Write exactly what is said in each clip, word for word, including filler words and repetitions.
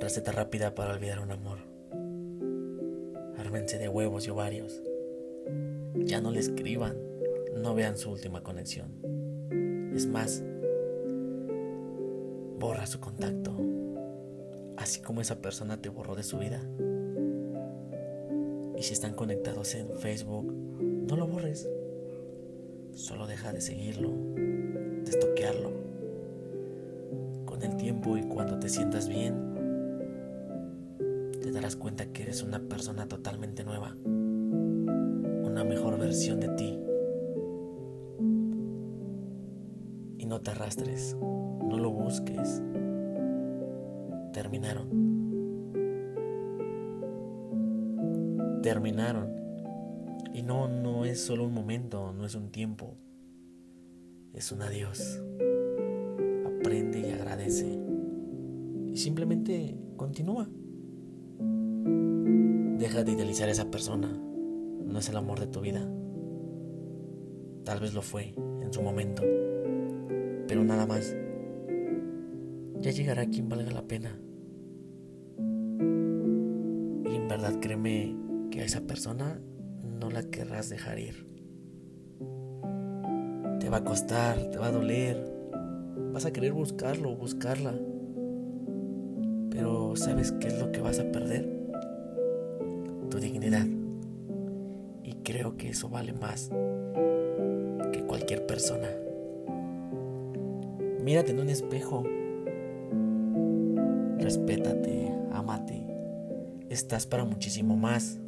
Receta rápida para olvidar un amor. Ármense de huevos y ovarios. Ya no le escriban, no vean su última conexión. Es más, borra su contacto, así como esa persona te borró de su vida. Y si están conectados en Facebook, no lo borres. Solo deja de seguirlo, de estoquearlo. Con el tiempo y cuando te sientas bien, te darás cuenta que eres una persona totalmente nueva, una mejor versión de ti. Y no te arrastres, no lo busques. Terminaron. Terminaron. Y no, no es solo un momento, no es un tiempo. Es un adiós. Aprende y agradece. Y simplemente continúa. Deja de idealizar a esa persona. No es el amor de tu vida. Tal vez lo fue en su momento, pero nada más. Ya llegará quien valga la pena. Y en verdad créeme que a esa persona no la querrás dejar ir. Te va a costar, te va a doler. Vas a querer buscarlo o buscarla. Pero ¿sabes qué es lo que vas a perder? Tu dignidad. Y creo que eso vale más que cualquier persona. Mírate en un espejo. Respétate, ámate. Estás para muchísimo más.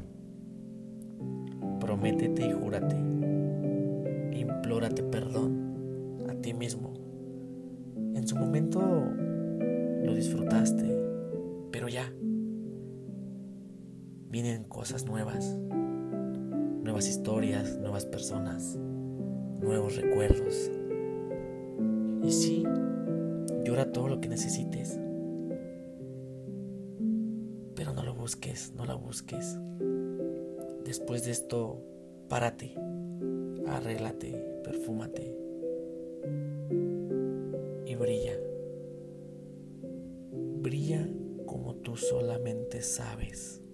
Prométete y júrate. Implórate perdón a ti mismo. En su momento lo disfrutaste, pero ya. Vienen cosas nuevas, nuevas historias, nuevas personas, nuevos recuerdos. Y sí, llora todo lo que necesites, pero no lo busques, no la busques. Después de esto, párate, arréglate, perfúmate y brilla. Brilla como tú solamente sabes.